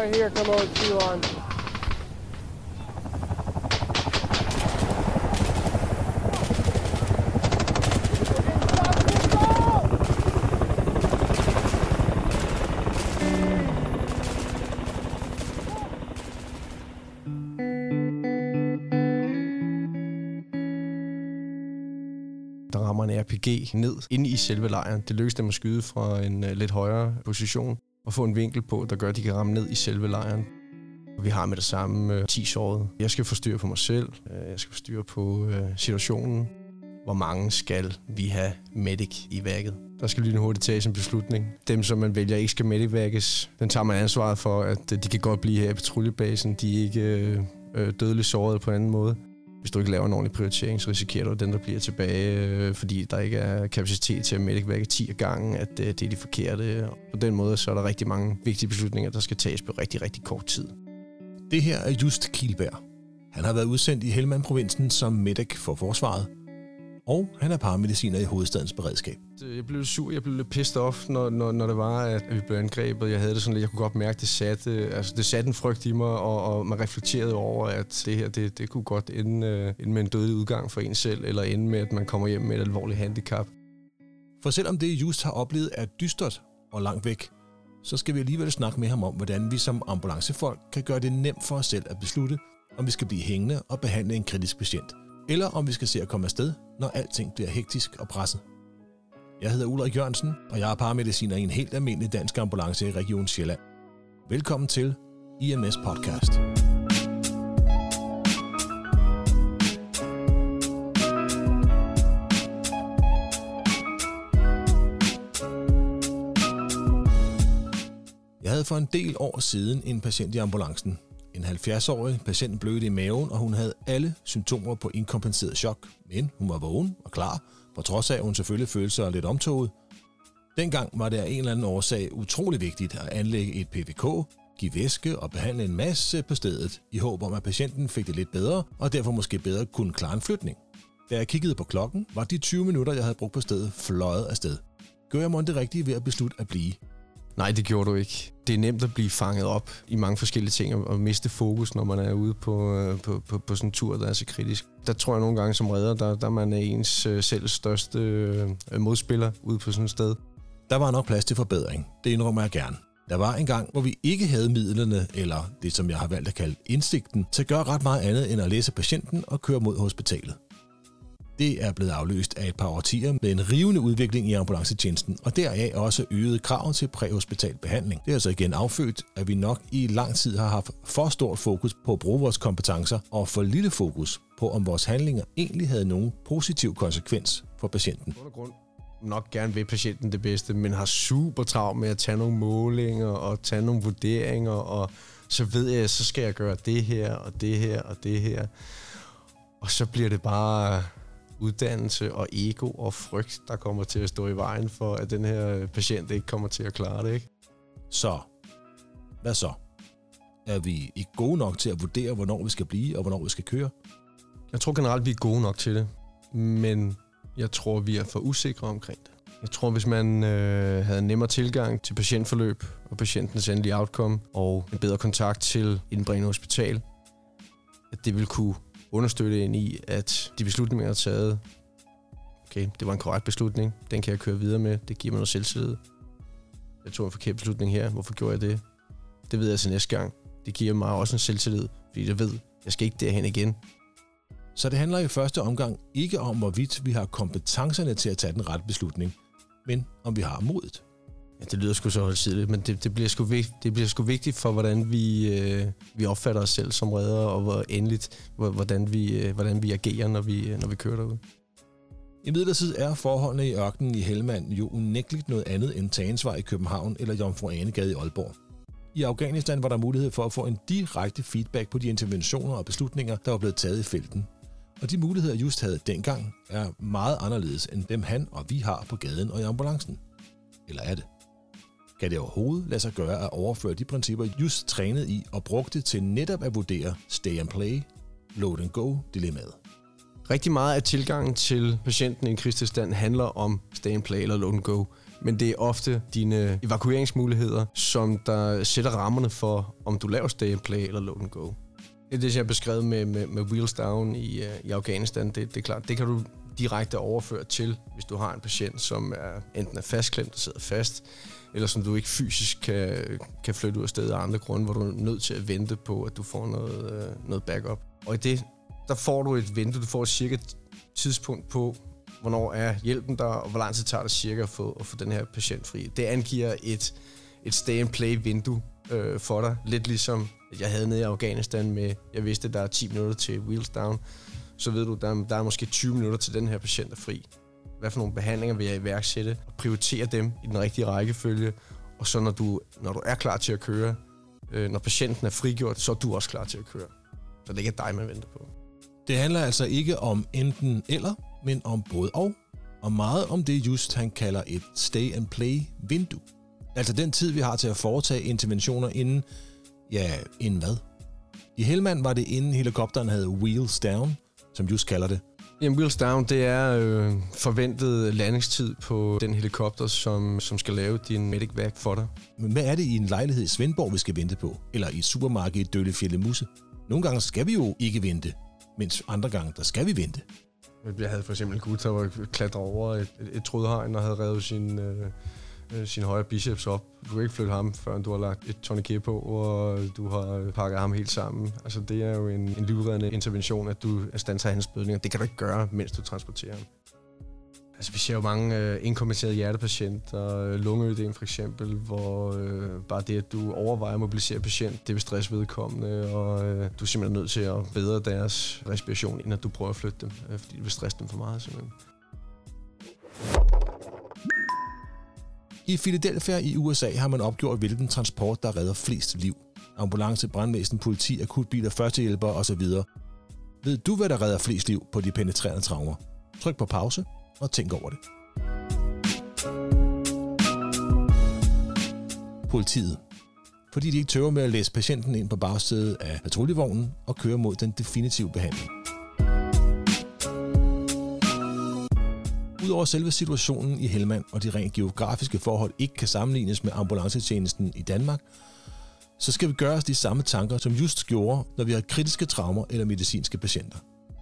right here, come on, T-line. Der rammer en RPG ned inde i selve lejren. Det lykkes dem at skyde fra en lidt højere position og få en vinkel på, der gør, at de kan ramme ned i selve lejren. Vi har med det samme 10 sårede. Jeg skal få styr på mig selv. Jeg skal få styr på situationen. Hvor mange skal vi have medic i værket? Der skal lige hurtigt tages en beslutning. Dem, som man vælger ikke skal medic-værkes, den tager man ansvaret for, at de kan godt blive her i patruljebasen. De er ikke dødeligt såret på en anden måde. Hvis du ikke laver en ordentlig prioritering, så risikerer du, at den, der bliver tilbage, fordi der ikke er kapacitet til at medic-værke 10 af gangen, at det er de forkerte. På den måde så er der rigtig mange vigtige beslutninger, der skal tages på rigtig, rigtig kort tid. Det her er Just Kielberg. Han har været udsendt i Helmand-provinsen som medic for forsvaret, og han er paramediciner i hovedstadens beredskab. Jeg blev lidt sur, jeg blev lidt pissed off, når det var, at vi blev angrebet. Jeg havde det sådan lidt, jeg kunne godt mærke, det satte en frygt i mig, og man reflekterede over, at det her, det kunne godt ende med en dødelig udgang for en selv, eller ende med, at man kommer hjem med et alvorligt handicap. For selvom det Just har oplevet er dystert og langt væk, så skal vi alligevel snakke med ham om, hvordan vi som ambulancefolk kan gøre det nemt for os selv at beslutte, om vi skal blive hængende og behandle en kritisk patient, eller om vi skal se at komme afsted, når alting bliver hektisk og presset. Jeg hedder Ulrik Jørgensen, og jeg er paramediciner i en helt almindelig dansk ambulance i Region Sjælland. Velkommen til IMS Podcast. Jeg havde for en del år siden en patient i ambulancen. En 70-årig patient blødte i maven, og hun havde alle symptomer på inkompenseret chok. Men hun var vågen og klar, på trods af, at hun selvfølgelig følte sig lidt omtoget. Dengang var det af en eller anden årsag utrolig vigtigt at anlægge et PVK, give væske og behandle en masse på stedet, i håb om, at patienten fik det lidt bedre, og derfor måske bedre kunne klare en flytning. Da jeg kiggede på klokken, var de 20 minutter, jeg havde brugt på stedet, fløjet afsted. Gør jeg mig det rigtige ved at beslutte at blive? Nej, det gjorde du ikke. Det er nemt at blive fanget op i mange forskellige ting og miste fokus, når man er ude på sådan en tur, der er så kritisk. Der tror jeg nogle gange som redder, der er man ens selv største modspiller ude på sådan et sted. Der var nok plads til forbedring. Det indrømmer jeg gerne. Der var en gang, hvor vi ikke havde midlerne, eller det som jeg har valgt at kalde indsigten, til at gøre ret meget andet end at læse patienten og køre mod hospitalet. Det er blevet afløst af et par årtier med en rivende udvikling i ambulancetjenesten, og deraf også øget krav til præhospital behandling. Det er altså igen affødt, at vi nok i lang tid har haft for stort fokus på at bruge vores kompetencer, og for lille fokus på, om vores handlinger egentlig havde nogen positiv konsekvens for patienten. Nok gerne vil patienten det bedste, men har super travlt med at tage nogle målinger og tage nogle vurderinger, og så ved jeg, så skal jeg gøre det her og det her og det her. Og så bliver det bare uddannelse og ego og frygt, der kommer til at stå i vejen for, at den her patient ikke kommer til at klare det, ikke? Så, hvad så? Er vi ikke gode nok til at vurdere, hvornår vi skal blive og hvornår vi skal køre? Jeg tror generelt, vi er gode nok til det, men jeg tror, vi er for usikre omkring det. Jeg tror, hvis man havde nemmere tilgang til patientforløb og patientens endelige outcome og en bedre kontakt til indbringende hospital, at det ville kunne understøtte ind i, at de beslutninger, jeg har taget, okay, det var en korrekt beslutning, den kan jeg køre videre med, det giver mig noget selvtillid. Jeg tog en forkert beslutning her, hvorfor gjorde jeg det? Det ved jeg til næste gang. Det giver mig også en selvtillid, fordi jeg ved, jeg skal ikke derhen igen. Så det handler i første omgang ikke om, hvorvidt vi har kompetencerne til at tage den rette beslutning, men om vi har modet. Ja, det lyder sgu så holdsidigt, men det bliver sgu vigtigt for, hvordan vi opfatter os selv som redder, og hvordan vi agerer, når vi kører derude. Imidlertid er forholdene i ørkenen i Helmand jo unægteligt noget andet end Tagensvej i København eller Jomfru Anegade i Aalborg. I Afghanistan var der mulighed for at få en direkte feedback på de interventioner og beslutninger, der var blevet taget i felten. Og de muligheder, Just havde dengang, er meget anderledes end dem han og vi har på gaden og i ambulancen. Eller er det? Kan det overhovedet lade sig gøre at overføre de principper, Just trænede i og brugte til netop at vurdere stay and play, load and go dilemmaet? Rigtig meget af tilgangen til patienten i en krigstilstand handler om stay and play eller load and go. Men det er ofte dine evakueringsmuligheder, som der sætter rammerne for, om du laver stay and play eller load and go. Det er det, jeg har beskrevet med wheels down i Afghanistan. Det er klart, det kan du direkte overføre til, hvis du har en patient, som enten er fastklemt og sidder fast, eller som du ikke fysisk kan flytte ud af stedet af andre grunde, hvor du er nødt til at vente på, at du får noget backup. Og i det, der får du et vindue, du får et cirka tidspunkt på, hvornår er hjælpen der, og hvor lang tid tager det cirka at få den her patient fri. Det angiver et stay and play vindue for dig, lidt ligesom jeg havde nede i Afghanistan med, jeg vidste, at der er 10 minutter til wheels down, så ved du, der er måske 20 minutter til den her patient er fri. Hvad for nogle behandlinger vil jeg iværksætte, og prioritere dem i den rigtige rækkefølge, og så når du er klar til at køre, når patienten er frigjort, så er du også klar til at køre. Så det er ikke dig, man venter på. Det handler altså ikke om enten eller, men om både og meget om det just han kalder et stay and play vindue. Altså den tid, vi har til at foretage interventioner inden hvad? I Helmand var det inden helikopteren havde wheels down, som just kalder det. Jamen, wheels down, det er forventet landingstid på den helikopter, som skal lave din medicvac for dig. Men hvad er det i en lejlighed i Svendborg, vi skal vente på? Eller i et supermarked i Døllefjelde-Musse? Nogle gange skal vi jo ikke vente, mens andre gange, der skal vi vente. Jeg havde for eksempel en gut, der var klatret over et trådhegn og havde revet sin højre biceps op. Du kan ikke flytte ham, før du har lagt et tourniquet på, og du har pakket ham helt sammen. Altså, det er jo en livreddende intervention, at du er stand til hans blødninger. Det kan du ikke gøre, mens du transporterer ham. Altså, vi ser jo mange inkompenserede hjertepatienter, lungeødem for eksempel, hvor bare det, at du overvejer at mobilisere patient, det vil stresse vedkommende, og du er simpelthen nødt til at bedre deres respiration, inden at du prøver at flytte dem, fordi det vil stresse dem for meget simpelthen. I Philadelphia i USA har man opgjort, hvilken transport, der redder flest liv. Ambulance, brandvæsen, politi, akutbiler, førstehjælpere osv. Ved du, hvad der redder flest liv på de penetrerende traumer? Tryk på pause og tænk over det. Politiet. Fordi de ikke tøver med at læse patienten ind på bagsædet af patruljevognen og køre mod den definitive behandling. Udover selve situationen i Helmand og de rent geografiske forhold ikke kan sammenlignes med ambulancetjenesten i Danmark, så skal vi gøre os de samme tanker, som just gjorde, når vi har kritiske traumer eller medicinske patienter.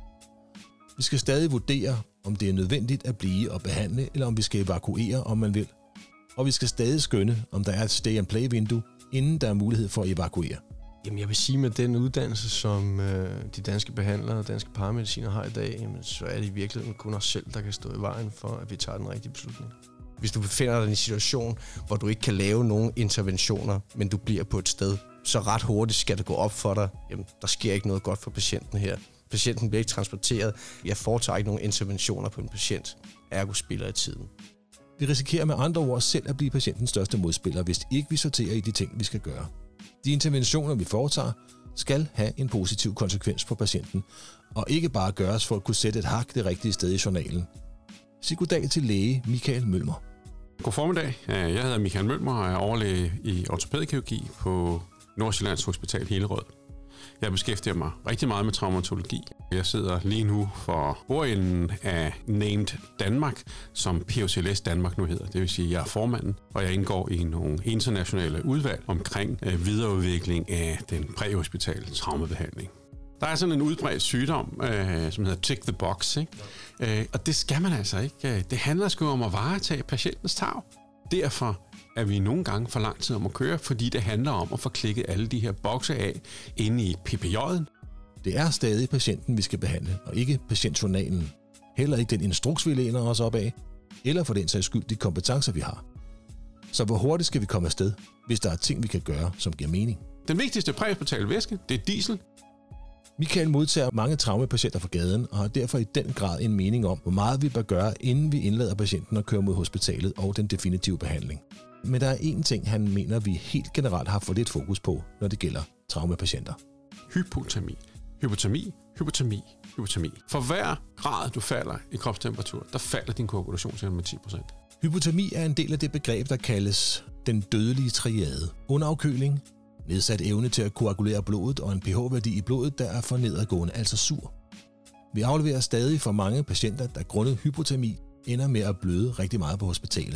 Vi skal stadig vurdere, om det er nødvendigt at blive og behandle, eller om vi skal evakuere, om man vil. Og vi skal stadig skønne, om der er et stay and play vindue, inden der er mulighed for at evakuere. Jamen, jeg vil sige, med den uddannelse, som de danske behandlere og danske paramediciner har i dag, jamen, så er det i virkeligheden kun os selv, der kan stå i vejen for, at vi tager den rigtige beslutning. Hvis du befinder dig i en situation, hvor du ikke kan lave nogen interventioner, men du bliver på et sted, så ret hurtigt skal det gå op for dig, jamen, der sker ikke noget godt for patienten her. Patienten bliver ikke transporteret. Jeg foretager ikke nogen interventioner på en patient. Ergo spilder i tiden. Vi risikerer med andre ord selv at blive patientens største modspiller, hvis ikke vi sorterer i de ting, vi skal gøre. De interventioner, vi foretager, skal have en positiv konsekvens for patienten, og ikke bare gøres for at kunne sætte et hak det rigtige sted i journalen. Sig goddag til læge Michael Mølmer. God formiddag. Jeg hedder Michael Mølmer og er overlæge i ortopædkirurgi på Nordsjællands Hospital Hillerød. Jeg beskæftiger mig rigtig meget med traumatologi. Jeg sidder lige nu for bordenden af Named Danmark, som POCLS Danmark nu hedder. Det vil sige, at jeg er formanden, og jeg indgår i nogle internationale udvalg omkring videreudvikling af den præhospitale traumabehandling. Der er sådan en udbredt sygdom, som hedder tick the box, ikke? Og det skal man altså ikke. Det handler sgu om at varetage patientens tarv. Derfor er vi nogle gange for lang tid om at køre, fordi det handler om at få klikket alle de her bokse af inde i PPJ'en. Det er stadig patienten, vi skal behandle, og ikke patientjournalen. Heller ikke den instruks, vi læner os op af, eller for den sags skyld de kompetencer, vi har. Så hvor hurtigt skal vi komme afsted, hvis der er ting, vi kan gøre, som giver mening? Den vigtigste præhospitale væske, det er diesel. Michael modtager mange traumapatienter fra gaden, og har derfor i den grad en mening om, hvor meget vi bør gøre, inden vi indlader patienten og kører mod hospitalet og den definitive behandling. Men der er én ting, han mener, vi helt generelt har for lidt fokus på, når det gælder traumapatienter. Hypotermi. Hypotermi, hypotermi, hypotermi. For hver grad, du falder i kropstemperatur, der falder din koagulationsevne med 10%. Hypotermi er en del af det begreb, der kaldes den dødelige triade. Underafkøling, nedsat evne til at koagulere blodet og en pH-værdi i blodet, der er for nedadgående, altså sur. Vi afleverer stadig for mange patienter, der grundet hypotermi ender med at bløde rigtig meget på hospitalet.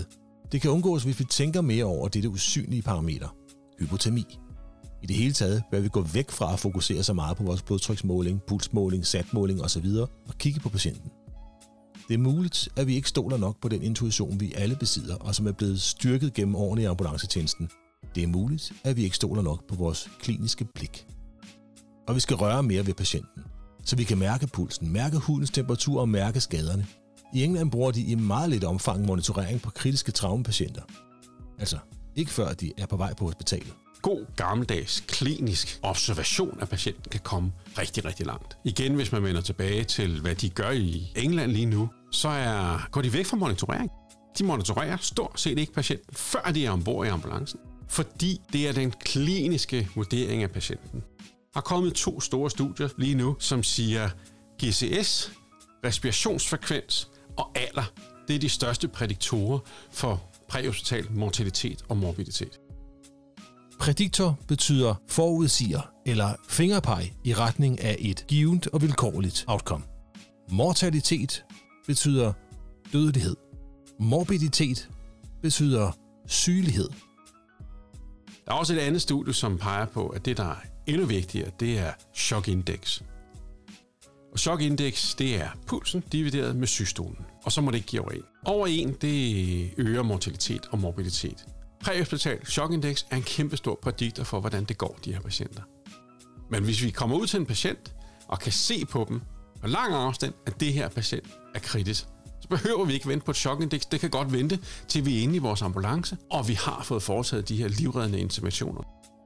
Det kan undgås, hvis vi tænker mere over dette usynlige parameter, hypotermi. I det hele taget bør vi gå væk fra at fokusere så meget på vores blodtryksmåling, pulsmåling, satmåling osv. og kigge på patienten. Det er muligt, at vi ikke stoler nok på den intuition, vi alle besidder, og som er blevet styrket gennem årene i ambulancetjenesten. Det er muligt, at vi ikke stoler nok på vores kliniske blik. Og vi skal røre mere ved patienten, så vi kan mærke pulsen, mærke hudens temperatur og mærke skaderne. I England bruger de i meget lidt omfang monitorering på kritiske traumepatienter. Altså ikke før de er på vej på hospitalet. God gammeldags klinisk observation af patienten kan komme rigtig, rigtig langt. Igen, hvis man vender tilbage til, hvad de gør i England lige nu, så går de væk fra monitorering. De monitorerer stort set ikke patienten, før de er ombord i ambulancen. Fordi det er den kliniske vurdering af patienten. Der er kommet 2 store studier lige nu, som siger GCS, respirationsfrekvens og alder. Det er de største prædiktorer for præhospital mortalitet og morbiditet. Prædiktor betyder forudsiger eller fingerpeg i retning af et givent og vilkårligt outcome. Mortalitet betyder dødelighed. Morbiditet betyder sygelighed. Der er også et andet studie, som peger på, at det, der er endnu vigtigere, det er chokindeks. Og chokindeks, det er pulsen divideret med sygestolen. Og så må det ikke give over 1. Over 1, det øger mortalitet og morbiditet. Præhospital chokindeks er en kæmpestor prædiktor for, hvordan det går de her patienter. Men hvis vi kommer ud til en patient og kan se på dem på lang afstand, at det her patient er kritisk, så behøver vi ikke vente på et chokindeks. Det kan godt vente, til vi er inde i vores ambulance, og vi har fået foretaget de her livreddende interventioner.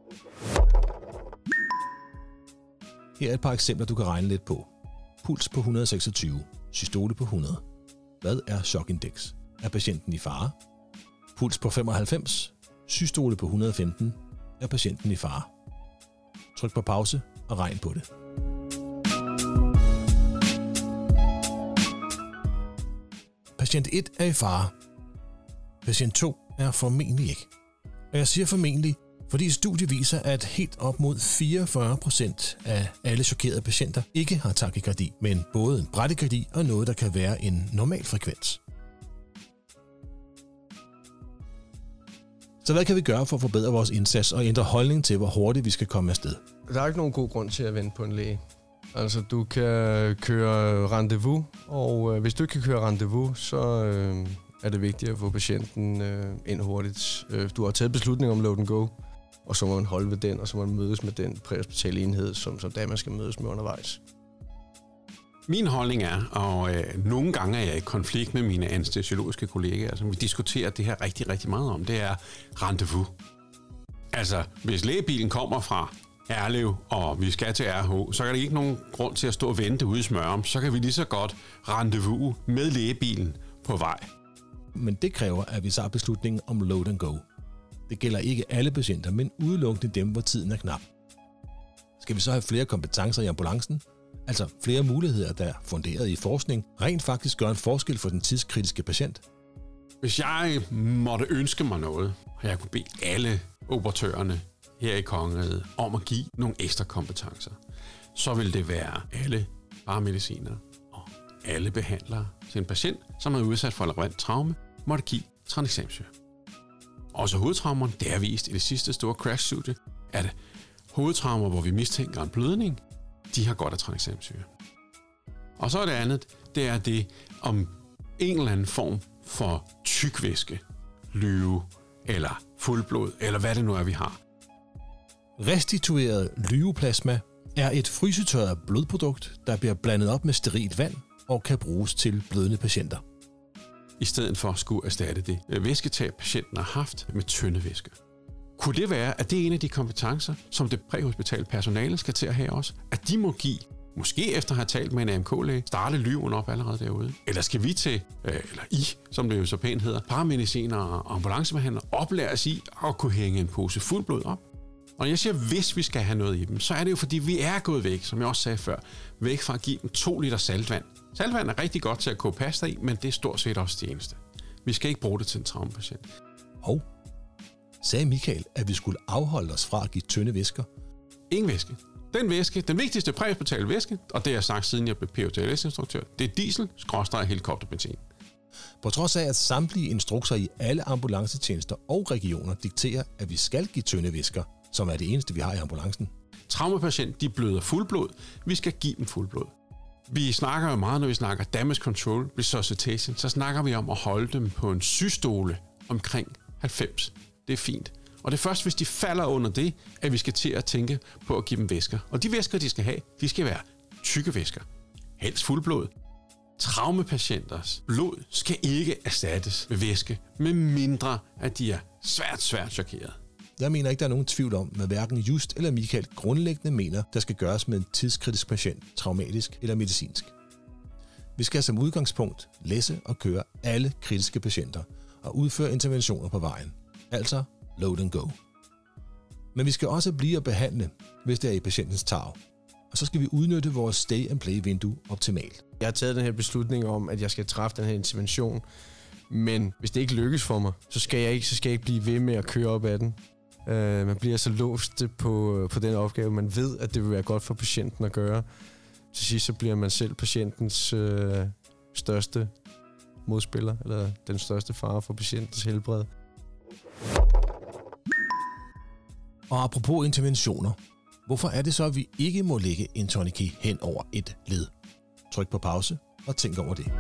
Her er et par eksempler, du kan regne lidt på. Puls på 126, systole på 100. Hvad er chokindeks? Er patienten i fare? Puls på 95, systole på 115. Er patienten i fare? Tryk på pause og regn på det. Patient 1 er i fare. Patient 2 er formentlig ikke. Og jeg siger formentlig, fordi studiet viser, at helt op mod 44% af alle chokerede patienter ikke har takykardi, men både en bradykardi og noget, der kan være en normal frekvens. Så hvad kan vi gøre for at forbedre vores indsats og ændre holdning til, hvor hurtigt vi skal komme afsted? Der er ikke nogen god grund til at vente på en læge. Altså, du kan køre rendezvous, og hvis du ikke kan køre rendezvous, så er det vigtigt at få patienten ind hurtigt. Du har taget beslutning om load and go, og så må man holde ved den, og så må man mødes med den præhospitale enhed, som der man skal mødes med undervejs. Min holdning er, og nogle gange er jeg i konflikt med mine anæstesiologiske kollegaer, som vi diskuterer det her rigtig, rigtig meget om, det er rendezvous. Altså, hvis lægebilen kommer fra Erlev, og vi skal til RH, så er der ikke nogen grund til at stå og vente ude i Smørum. Så kan vi lige så godt rendezvous med lægebilen på vej. Men det kræver, at vi tager beslutningen om load and go. Det gælder ikke alle patienter, men udelukkende dem, hvor tiden er knap. Skal vi så have flere kompetencer i ambulancen? Altså flere muligheder, der er funderet i forskning, rent faktisk gør en forskel for den tidskritiske patient? Hvis jeg måtte ønske mig noget, og jeg kunne bede alle operatørerne her i kongeriget om at give nogle ekstra kompetencer, så vil det være alle paramedicinere og alle behandlere til en patient, som er udsat for relevant traume, måtte give tranexamsyre. Også hovedtraumerne, det er vist i det sidste store crash-studie, at hovedtraumer, hvor vi mistænker en blødning, de har godt af tranexamsyre. Og så er det andet, det er det om en eller anden form for tykvæske, lyve eller fuldblod, eller hvad det nu er, vi har. Restitueret lyveplasma er et frysetørret blodprodukt, der bliver blandet op med sterilt vand og kan bruges til blødende patienter. I stedet for at skulle erstatte det væsketab, patienten har haft med tynde væske. Kunne det være, at det er en af de kompetencer, som det præhospitale personale skal til at have også? At de må give, måske efter at have talt med en AMK-læge, starte lyven op allerede derude? Eller skal vi til, eller I, som det jo så pænt hedder, paramediciner og ambulancebehandlere, oplæres i at kunne hænge en pose fuldblod op? Og jeg siger, hvis vi skal have noget i dem, så er det jo fordi, vi er gået væk, som jeg også sagde før, væk fra at give dem 2 liter saltvand. Saltvand er rigtig godt til at koge pasta i, men det er stort set også det eneste. Vi skal ikke bruge det til en traumepatient. Og sagde Michael, at vi skulle afholde os fra at give tynde væsker? Ingen væske. Den væske, den vigtigste præhospitale væske, og det har jeg sagt siden jeg blev PHTLS-instruktør, det er diesel-helikopterbenzin. På trods af, at samtlige instrukser i alle ambulancetjenester og regioner dikterer, at vi skal give tynde væsker, som er det eneste, vi har i ambulancen. Traumapatient, de bløder fuldblod. Vi skal give dem fuldblod. Vi snakker jo meget, når vi snakker damage control, resuscitation, så snakker vi om at holde dem på en systole omkring 90. Det er fint. Og det er først, hvis de falder under det, at vi skal til at tænke på at give dem væsker. Og de væsker, de skal have, de skal være tykke væsker. Helst fuldblod. Traumapatienters blod skal ikke erstattes ved væske, med mindre at de er svært chokeret. Jeg mener ikke, der er nogen tvivl om, hvad hverken Just eller Michael grundlæggende mener, der skal gøres med en tidskritisk patient, traumatisk eller medicinsk. Vi skal som udgangspunkt læse og køre alle kritiske patienter og udføre interventioner på vejen. Altså load and go. Men vi skal også blive og behandle, hvis det er i patientens tarv. Og så skal vi udnytte vores stay and play vindue optimalt. Jeg har taget den her beslutning om, at jeg skal træffe den her intervention, men hvis det ikke lykkes for mig, så skal jeg ikke blive ved med at køre op ad den. Man bliver så låst på den opgave. Man ved, at det vil være godt for patienten at gøre. Til sidst så bliver man selv patientens største modspiller, eller den største fare for patientens helbred. Og apropos interventioner, hvorfor er det så, at vi ikke må lægge en tourniquet hen over et led? Tryk på pause og tænk over det.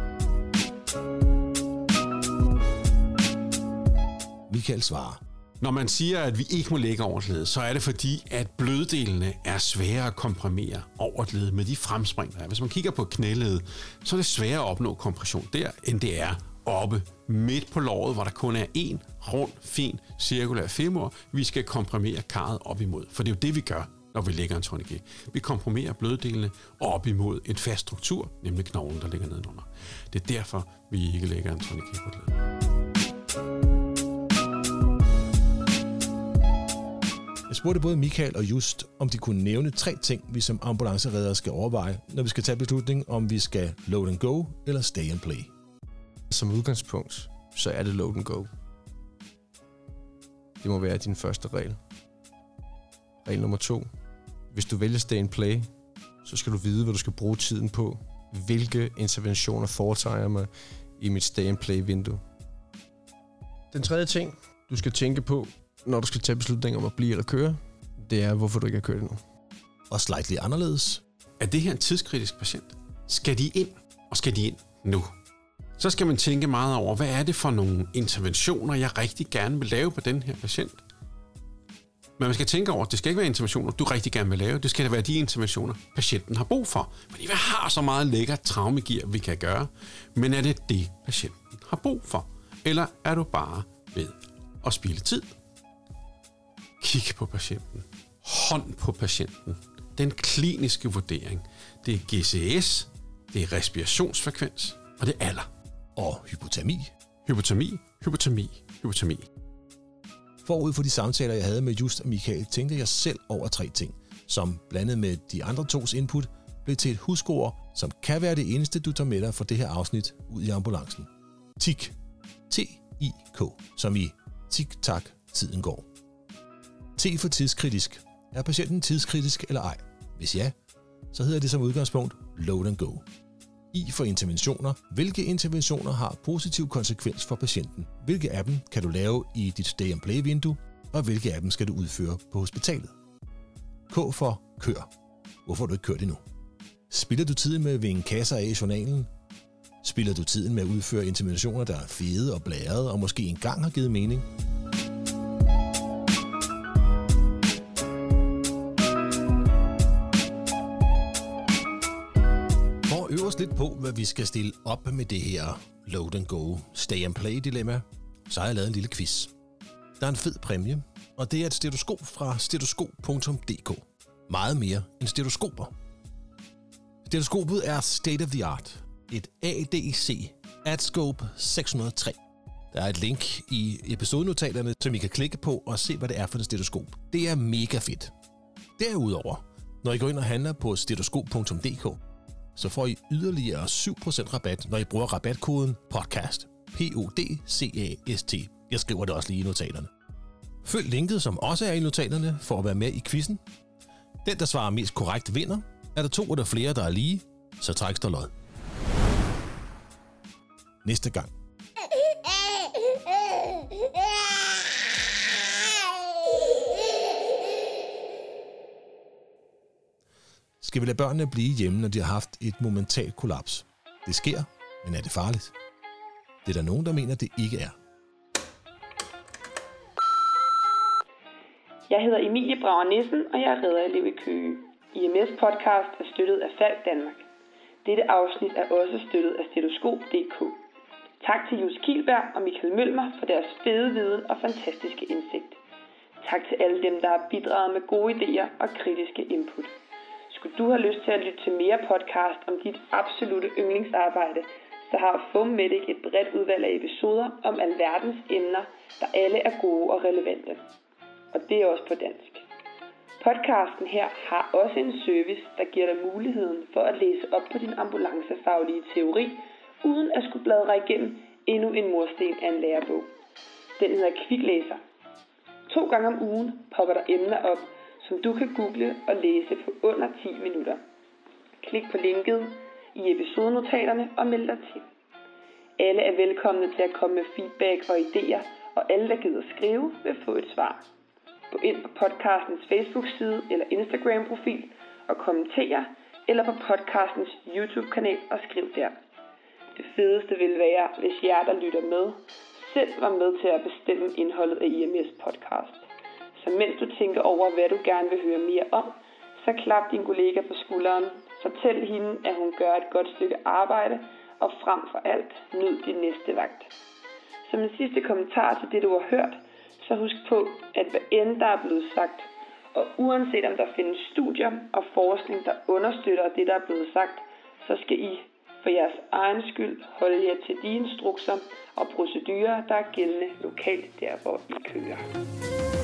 Michael svarer. Når man siger, at vi ikke må lægge over et led, så er det fordi, at bløddelene er svære at komprimere over et led med de fremspring, der er. Hvis man kigger på knæledet, så er det sværere at opnå kompression der, end det er oppe midt på låret, hvor der kun er en rund, fin, cirkulær femur, vi skal komprimere karret op imod. For det er jo det, vi gør, når vi lægger en tourniquet. Vi komprimerer bløddelene op imod en fast struktur, nemlig knoglen, der ligger nedenunder. Det er derfor, vi ikke lægger en tourniquet på et led. Jeg spurgte både Michael og Just, om de kunne nævne 3 ting, vi som ambulancereddere skal overveje, når vi skal tage beslutning, om vi skal load and go eller stay and play. Som udgangspunkt, så er det load and go. Det må være din første regel. Regel nummer 2. Hvis du vælger stay and play, så skal du vide, hvad du skal bruge tiden på. Hvilke interventioner foretager jeg mig i mit stay and play vindue. Den tredje ting, du skal tænke på, når du skal tage beslutninger om at blive eller køre, det er, hvorfor du ikke har kørt endnu. Og slightly anderledes. Er det her en tidskritisk patient? Skal de ind, og skal de ind nu? Så skal man tænke meget over, hvad er det for nogle interventioner, jeg rigtig gerne vil lave på den her patient? Men man skal tænke over, at det skal ikke være interventioner, du rigtig gerne vil lave. Det skal være de interventioner, patienten har brug for. Fordi vi har så meget lækkert traumegear, vi kan gøre. Men er det det, patienten har brug for? Eller er du bare ved at spilde tid? Kig på patienten. Hånd på patienten. Den kliniske vurdering. Det er GCS, det er respirationsfrekvens, og det er alder. Og hypotermi. Hypotermi. Forud for de samtaler, jeg havde med Just og Michael, tænkte jeg selv over 3 ting, som blandet med de andre tos input, blev til et huskord, som kan være det eneste, du tager med dig fra det her afsnit ud i ambulancen. TIK. T-I-K. Som i tik-tak, tiden går. T for tidskritisk. Er patienten tidskritisk eller ej? Hvis ja, så hedder det som udgangspunkt load and go. I for interventioner. Hvilke interventioner har positiv konsekvens for patienten? Hvilke af dem kan du lave i dit stay and play vindue? Og hvilke af dem skal du udføre på hospitalet? K for kør. Hvorfor har du ikke kørt endnu? Spilder du tiden med at vinge kasser af i journalen? Spilder du tiden med at udføre interventioner, der er fede og blærede og måske engang har givet mening? Os lidt på, hvad vi skal stille op med det her load and go, stay and play dilemma, så har jeg lavet en lille quiz. Der er en fed præmie, og det er et stetoskop fra stetoskop.dk. Meget mere end stetoskoper. Stetoskopet er state of the art. Et ADC AdScope 603. Der er et link i episodenotaterne, som I kan klikke på og se, hvad det er for et stetoskop. Det er mega fedt. Derudover, når I går ind og handler på stetoskop.dk, så får I yderligere 7% rabat, når I bruger rabatkoden podcast. PODCAST. Jeg skriver det også lige i notaterne. Følg linket, som også er i notaterne, for at være med i quizzen. Den, der svarer mest korrekt, vinder. Er der 2 eller flere, der er lige, så trækkes der lod. Næste gang, Skal vi lade børnene blive hjemme, når de har haft et momentalt kollaps? Det sker, men er det farligt? Det er der nogen, der mener, det ikke er. Jeg hedder Emilie Brager Nissen, og jeg er redderelev i Køge. IMS podcast er støttet af Falck Danmark. Dette afsnit er også støttet af Stetoskop.dk. Tak til Jus Kielberg og Michael Mølmer for deres fede viden og fantastiske indsigt. Tak til alle dem, der har bidraget med gode idéer og kritiske input. Skulle du have lyst til at lytte til mere podcast om dit absolute yndlingsarbejde, så har FOAMedic et bredt udvalg af episoder om alverdens emner, der alle er gode og relevante. Og det er også på dansk. Podcasten her har også en service, der giver dig muligheden for at læse op på din ambulancefaglige teori, uden at skulle bladre igennem endnu en mursten af en lærebog. Den hedder Kviklæser. 2 gange om ugen popper der emner op, som du kan google og læse på under 10 minutter. Klik på linket i episodenotaterne og meld dig til. Alle er velkomne til at komme med feedback og idéer, og alle, der gider skrive, vil få et svar. Gå ind på podcastens Facebook-side eller Instagram-profil og kommenter, eller på podcastens YouTube-kanal og skriv der. Det fedeste vil være, hvis jer, der lytter med, selv var med til at bestemme indholdet af IMS podcast. Så mens du tænker over, hvad du gerne vil høre mere om, så klap din kollega på skulderen, fortæl hende, at hun gør et godt stykke arbejde, og frem for alt, nyd din næste vagt. Som en sidste kommentar til det, du har hørt, så husk på, at hvad end der er blevet sagt, og uanset om der findes studier og forskning, der understøtter det, der er blevet sagt, så skal I for jeres egen skyld holde jer til de instrukser og procedurer, der er gældende lokalt der, hvor I kører.